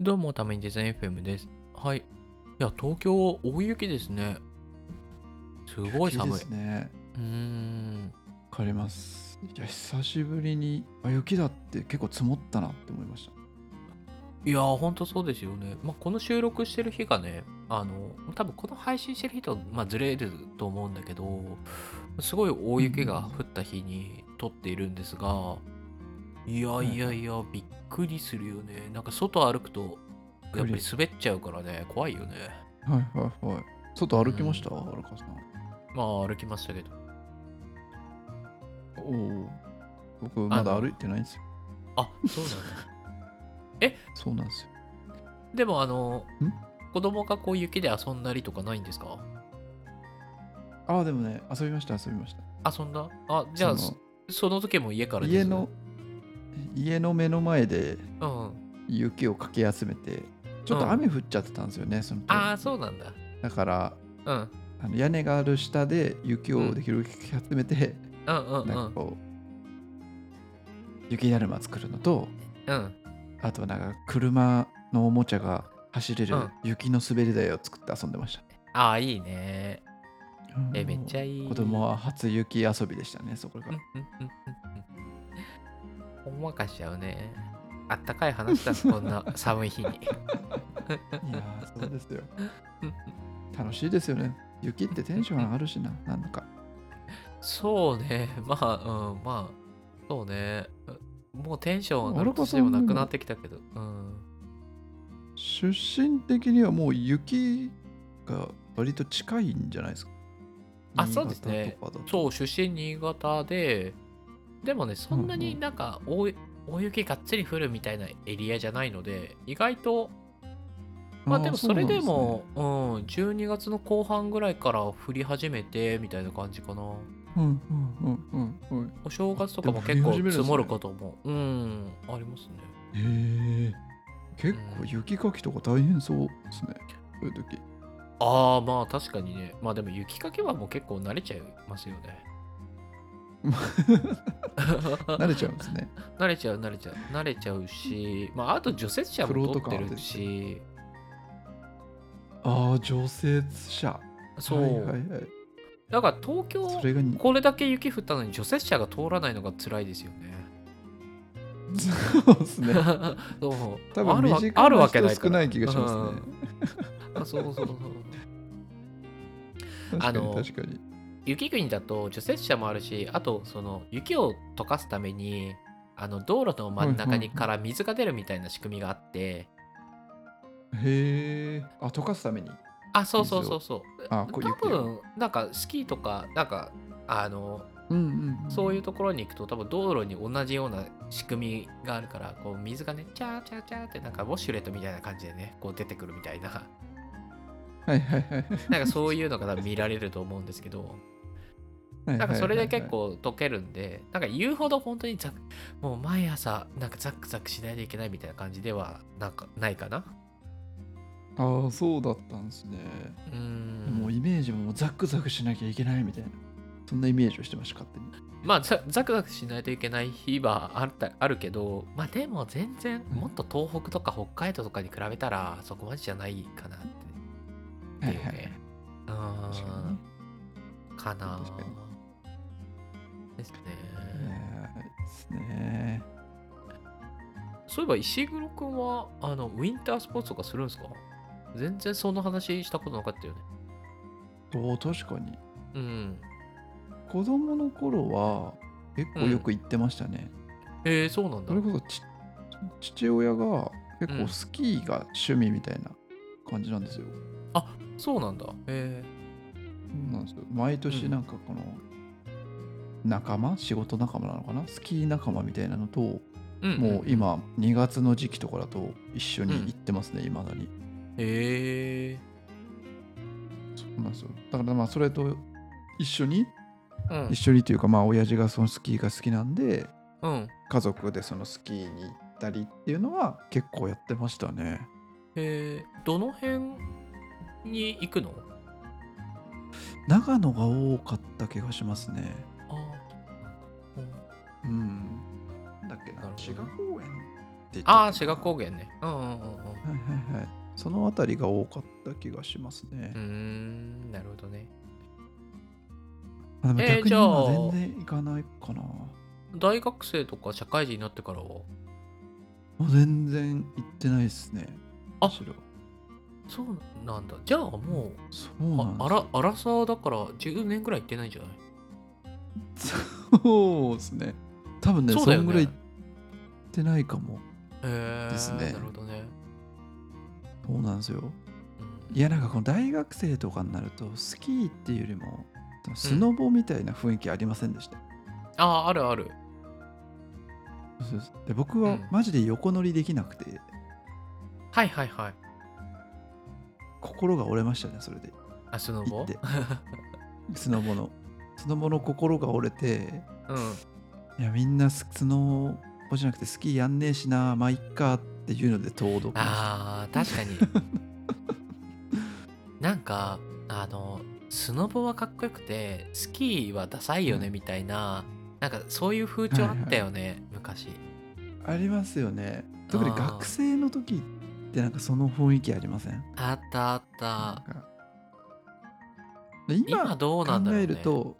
どうも、ためにデザイン FM です。はい。いや、東京、大雪ですね。すごい雪で寒い。 すね。 うーん。 わかります。いや、久しぶりに、雪だって結構積もったなって思いました。 いやー、ほんとそうですよね。この収録してる日がね、多分この配信してる日と、ずれると思うんだけど、すごい大うんう雪がん降った日に撮っているんですが、いやうん。はいはい。 いやいや、びっくりするよね。なんか外歩くと、やっぱりびっくり。 滑っちゃうからね、怖いよね。 はいはいはい。 う外歩きましん。 たアルカさん。 歩きましたけど。 おお。僕あの、 まだ歩いてないんですよ。 そうなんだ。え、 そうなんですでもよ。 子供がこう雪で遊んだりとかないんですか？ でもね、遊びました遊びました。 遊んだじゃあ、 その、 その時も家からです？ 家の、家の目の前でうん。 雪をかき集めて、ちょっとうん。 雨降っちゃってたんですよね、そのタイミングで。 そうなんだ。 だから、 うん。 屋根がある下で雪うん。 をできるだけかき集めて、 うんうんなんうん。 かこう、雪だるま作るのと、 うん。 あとなんか車のおもちゃが走れるうん。 雪の滑り台を作って遊んでました。 いいね。めっちゃい子供い。 は初雪遊びでしたね、そこから。 うんうんうんうんうん。ほんわかしちゃうね。あったかい話だ、こんな寒い日に。 いやー、そうですよ。楽しいですよね。雪ってテンション上がるしな、なんだか。 そうね。そうね。もうテンション上がる荒川さ年でもなくなっんでも、 てきたけど。うん。 出身的にはもう雪が割と近いんじゃないですか。新そうです潟とね。 かだと。 そう、出身新潟で、でもね、そんなになんか大雪がっつり降るみたいなエリアじゃないので、意外と、でもそうそれなんですね。 でも、12月の後半ぐらいから降り始めて、みたいな感じかな。 うん。 お正月とかでも降りも結構積もる始めるんですね。 ことも、ありますね。 へえ。結構うん。 雪かきとか大変そうですね。そういう時。 確かにね。でも雪かきはもう結構慣れちゃいますよね。 慣れちゃうんですね。 慣れちゃうし、あと除雪車もフロート通ってる感は出てる。 し、 除雪車。はいそう。 はいはい。 だから東京、 それがに、 これだけ雪降ったのに除雪車が通らないのが辛いですよね。 そうですね。 そう。 多分身近あるわけな人ないから。 少ない気がしますね。 そうそうそう。 確かにあの、 確かに。 雪国だと除雪車もあるし、あと、その雪を溶かすために、道路の真はいん中にはいはから水が出るみたいな仕組みがあって、 い。へえ。溶かすためにそうそう水を。 そうそう。 雪を。 多分、なんかスキーとか、なんか、 うんうんそういうところに行くと多分道路に同じような仕組みがあるから、こう水がね、チャーチャーチャーってなんかウォシュレットみたいな感じでね、こう出てくるみたいな、 はいはいはい。 なんかそういうのが多分見られると思うんですけど、 はいはいなんかそれではいはい。 結構溶けるんで、なんか言うほど本当にもう毎朝なんかザックザックしないといけないみたいな感じではなんかないかな。 そうだったんですね。 うーもうイん。 メージもザクザクしなきゃいけないみたいな。そんなイメージをしてました、勝手に。 ザクザクしないといけない日はあるけど、でも全然もっと東北とか北海道とかに比べたらそこまでじゃないかなっていうはいはいはい。 ね。う確かにね。 ーん。かな確かに。 ですね。 ですね。 そういえば石黒くんはウィンタースポーツとかするんですか？全然そんな話したことなかったよね。 確かに。 うん。 子供の頃は結構ようん。 く行ってましたね。 そうなんだ。 それこそ父親が結構うん。 スキーが趣味みたいな感じなんですよ。 そうなんだ。 そうなんですよ。毎うん。 年なんかこの仕事仲間なのかなスキー仲間みたいなのと、 うんうんうん。 もう今2月の時期とかだと一緒に行うん。 ってますね、未だに。 へえ。 そうなんですよ。だからそれと一緒に、 うん。 一緒にというか親父がそのスキーが好きなんで、 うん。 家族でそのスキーに行ったりっていうのは結構やってましたね。 どの辺に行くの？ 長野が多かった気がしますね。 そうなんだ。 うん。なんだっけな、 なるほどね。 志賀高原って言ったっああ、 けな。 志賀高原ね。うんうんうんうん。 はいはいはい。そのあたりが多かった気がしますね。 なるほどね。 でも逆じゃに今全あ、 然行かないかな。 大学生とか社会人になってからはもう全然行ってないですね。むあ、 しろ。 そうなんだ。じゃあもそうう、 なんですよ。 アラサーだから10年ぐらい行ってないんじゃない？ そうですね。多分ね、 そうだよね。 そんぐらい行ってないかもですね。 なるほどね。 そうなんですよ。 うんいや、なんかこの大学生とかになると、スキーっていうよりも、スうん。 ノボみたいな雰囲気ありませんでした。 ああ、あるある。 そうそうで、僕うん。 はマジで横乗りできなくて、 はいはいはい。 心が折れましたね、それで。 あ、スノボ行って、スノボの。スノボの心が折れて、 うん。 いや、みんなスノボじゃなくてスキーやんねえしな、まあいっかっていうので遠どきました。 ああ、確かに。なんか、スノボはかっこよくて、スキーはダサいよねみたいな、なんかそういう風はい、 潮あっはいはい。 たよね、昔。 ありますよね。特に学あ生の時ってなんかその雰囲気ありません？ あ、あったあっなんた。 かで今今どうなんだ考えろうね。 るとうん。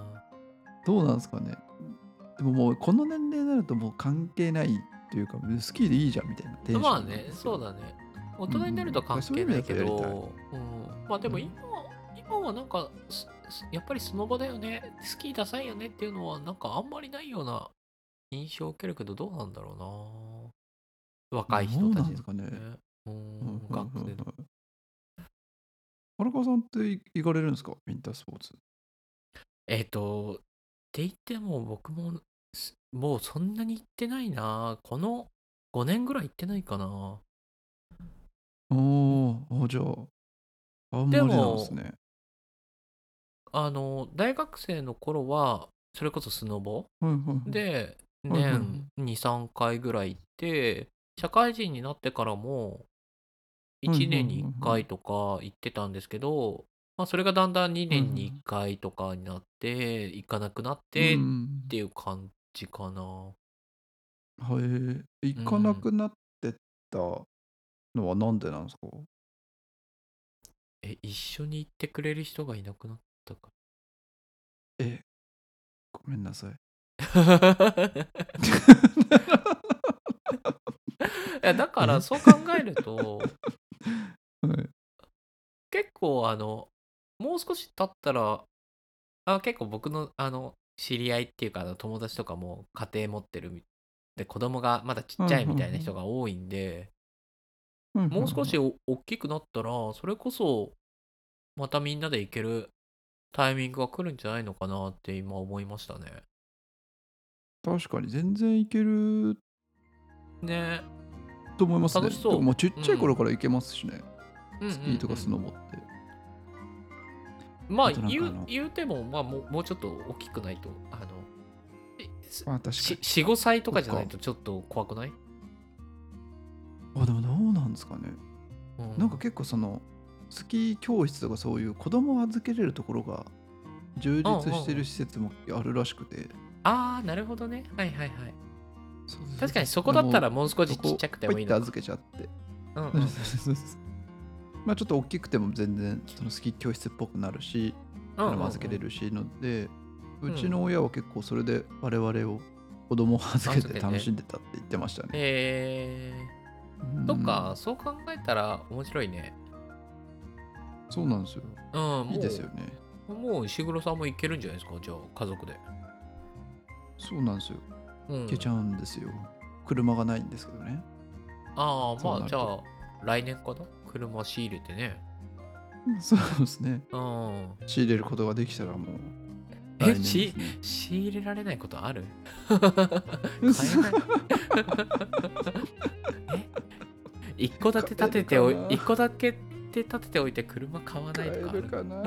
どうなんですかね。でももうこの年齢になるともう関係ないというか、スキーでいいじゃんみたいなテンションなんまあね、 ですけど。 そうだね。大うんう人になるとん。 関そういう意味だ係ないけとやりたい。 ど、まあでもうん、 今はなんか、やっぱりスノボだよね、スキーダサいよねっていうのは、なんかあんまりないような印象を受けるけど、どうなんだろうな。若いどう人たちね。 なんですかね。うんうんうんう学生で。 ん。荒川さんって行かれるんですか、ウィンタースポーツ。 って言っても僕ももうそんなに行ってないな。この5年ぐらい行ってないかな。 じゃあ、あんでまりなんですも、 ね。 大学生の頃は、それこそスノボはいはいはい。 で、 はいはいはい。 年2、3回ぐらい行って、社会人になってからも、1 はいはいはい年に1 はい。 回とか行ってたんですけど、まあ、それがだんだん2 はいはい。 年に1回とかになって、行かなくなっうてっん。 ていう感じかな。 はい。行かなうん。 くなってったのはなんでなんですか？ 一緒に行ってくれる人がいなくなったかえ、ごめんなさい。 ら。いや、だからえそう考えると、 はい。 結構もう少し経ったら、結構僕の知り合いっていうか友達とかも家庭持ってるで子供がまだちっはいはいちゃいみたいなはい。 人が多いんで、 はいはいもう少しはい。 大きくなったら、それこそまたみんなで行けるタイミングが来るんじゃないのかなって今思いましたね。 確かに全然いけるね、 と思いますね。てか、 楽しそまあ、ちっう。うちゃい頃ん。 から行けますしね。 うんうんうスキーとかスノん。 ボって。 まああとなんか言うても、まあもうちょっと大きくないと、 あ、確かに。 4、5歳とそっか。 かじゃないとちょっと怖くない？ あ、でもどうなんですかね。 うん。 なんか結構その、スキー教室とかそういう子供を預けれるところが充うんう実してんうん。 る施設もあるらしくて。 ああ、なるほどね。はいはいはい。 そうそうそうそう。 確かにそこだったもう、 らもう少しそこ、 ちっちゃくてポイもいいのか。 って預けちゃって。 うんうんそううん。 そうそうそう。まあちょっと大きくても全然そのスキー教室っぽくなるし、 うんうんそれも預けれうん。 るしので、うちうん。 の親は結構それで我々を子供を預けて預けて。 楽しんでたって言ってましたね。 えうそっか、 ん、 そう考えたら面白いね。 そうなんですよ。 うん、 いいですよね。 もう石黒さんも行けるんじゃないですか、じゃあ、家族で。 そうなんですよ。 うん。 いけちゃうんですよ。車がないんですけどね。 ああ、まあ、 そうなると。 じゃあ、来年かな車仕入れてね。 そうですね。 うん。 仕入れることができたらもう来年ですね。 仕入れられないことある？買えない？え一戸建て買えるかな。 一戸建て建てておいて車買わない買えとかある？ るかな。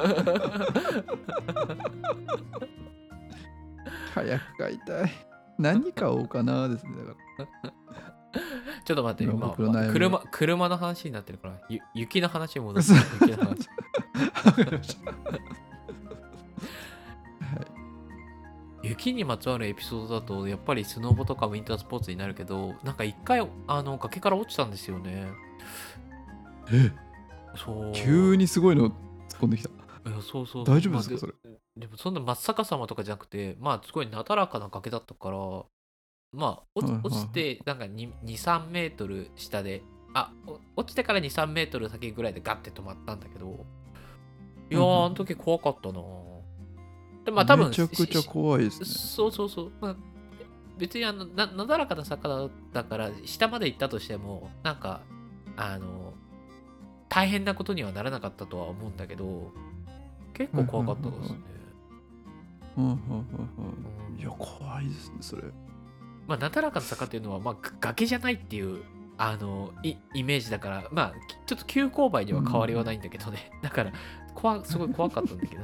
早く買いたい。何買おうかなですね。だからちょっと待って、 今僕の悩みは。 車の話になってるから、雪の話に戻そうそう。雪の話。 わかりました。はい。 雪にまつわるエピソードだと、やっぱりスノボとかウィンタースポーツになるけど、なんか一回、崖から落ちたんですよね。 え、急そにすごいの突っ込んできた。 う。いや、そうそうそう。 大丈夫ですか、それ。 でもそんな真っ逆さまとかじゃなくて、まあ、すごいなだらかな崖だったから、まあ、 はいはいは落ちて、なんか2、3メートル下で、落ちてから2、3メートル先ぐらいでガッて止まったんだけど、いやー、あの時怖かったな。で、まあ、多分めちゃくちゃ怖いですね。 そうそうそう。まあ、別になだらかな坂だから、下まで行ったとしても、なんか、あの、大変なことにはならなかったとは思うんだけど、結構怖かったですね。 いや、怖いですね、それ。 まあ、なだらかな坂っていうのは、まあ、崖じゃないっていう、イメージだから、まあ、ちょっと急勾配には変わりはないんだけどね。だから、すごい怖かったんだけど。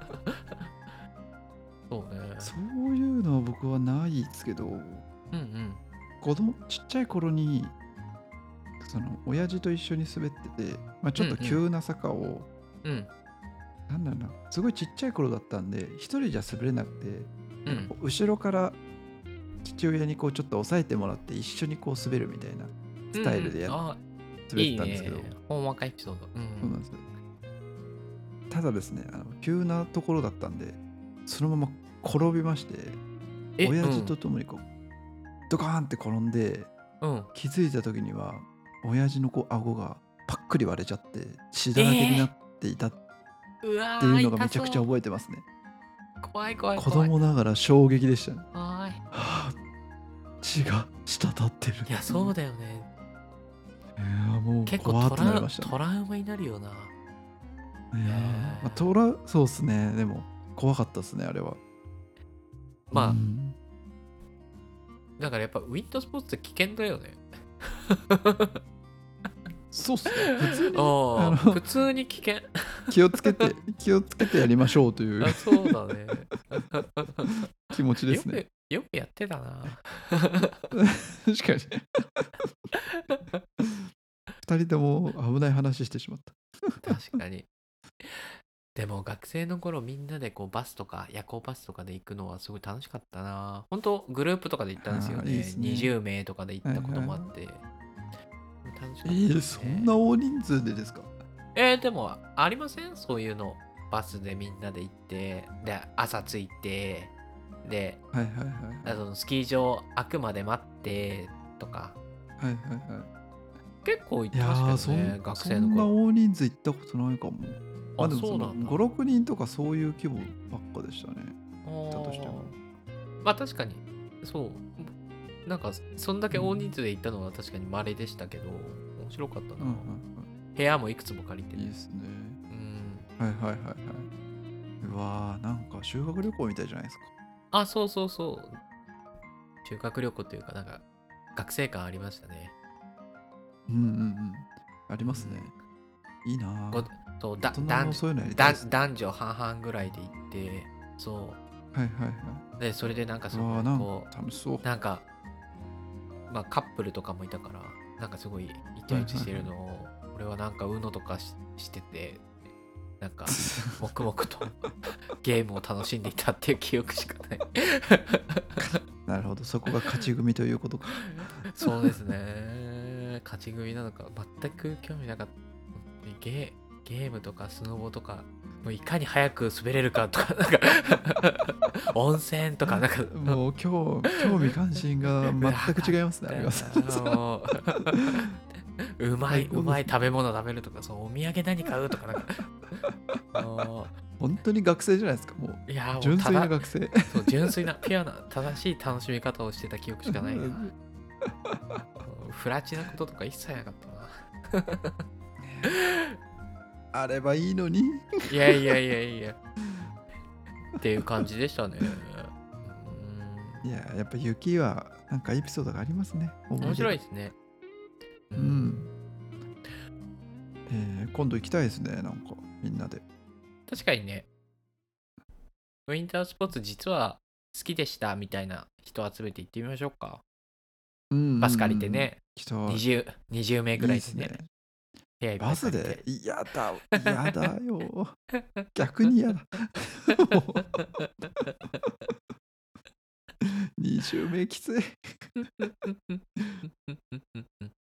そうね。 そういうのは僕はないですけど、 うんうん。 ちっちゃい頃に、親父と一緒に滑ってて、まあ、ちょっと急な坂を、 うんなんだろうな、すごいちっちゃい頃だったんで、一人じゃ滑れなくて、 うん後ろから父親にこうちょっと押さえてもらって一緒にこう滑るみたいなスタイルで滑ってたんですけど、 いいね。ほんわかエピソード。 そうなんですよ。ただですね、急なところだったんで、そのまま転びまして、親父と共にこう、ドカーンって転んで、気づいた時には、親父のこう顎がパックリ割れちゃって、血だらけになっていたっていうのがめちゃくちゃ覚えてますね。 怖い怖い子怖い。 供ながら衝撃でしたね。 はい。 はぁ、血が滴ってる。 いや、そうだよね。 もう結構怖ってなりましたね。 トラウマになるよな。 そうっすね。でも、怖かったっすね、あれは。 まあ、だからやっぱウィンタースポーツって危険だよね。 そうっすね。普通に普通に危険。 気をつけてやりましょうというそうだね。 気持ちですね。 よくやってたな。 確かに。二人とも危ない話してしまった。 確かに。でも学生の頃みんなでこうバスとか夜行バスとかで行くのはすごい楽しかったな。本当グループとかで行ったんですよね。 いいですね。 20名とかで行ったこともあって。楽しかったですそね。 んな大人数でですか？ でもありませんそういうの。バスでみんなで行って、で、朝着いて、で、スキー場開くまで待ってとか。結構行ってましたよね、学生の頃。 そんな大人数行ったことないかも。でもそうなんだ。 5、6人とかそういう規模ばっかでしたね。行ったとしても。 まあ確かに、そう。なんか、そんだけ大人数で行ったのは確かに稀でしたけど、面白かったな。部屋もいくつも借りて。 いいですね。うわー、なんか修学旅行みたいじゃないですか。 そうそうそう。修学旅行というか、なんか、学生感ありましたね。 ありますね。いいなぁ。 そう男女半々ぐらいで行って、そう。で、それでなんかすごいこう、 楽しそう。 なんか、まあカップルとかもいたから、なんかすごいイチャイチャしてるのを、俺はなんかUNOとかしてて、なんか黙々とゲームを楽しんでいたっていう記憶しかない。 なるほど、そこが勝ち組ということか。 そうですね。勝ち組なのか全く興味なかった。ゲームとかスノボとか、もういかに早く滑れるかとか、なんか温泉とか、なんかもう興味関心が全く違いますね。 うまい食べ物食べるとか、そうお土産何買うとか、なんか本当に学生じゃないですか。もう純粋な学生。 そう純粋なピュアな正しい楽しみ方をしてた記憶しかないな。フラチなこととか一切なかったな。 あればいいのに。 いや。っていう感じでしたね。 いや、やっぱ雪はなんかエピソードがありますね。 面白いですね。 今度行きたいですね。なんかみんなで。 確かにね。ウィンタースポーツ実は好きでしたみたいな人集めて行ってみましょうか。バス借りてね。20名ぐらいでね。 バスで嫌だよ。逆に嫌だ。 襲名きつい。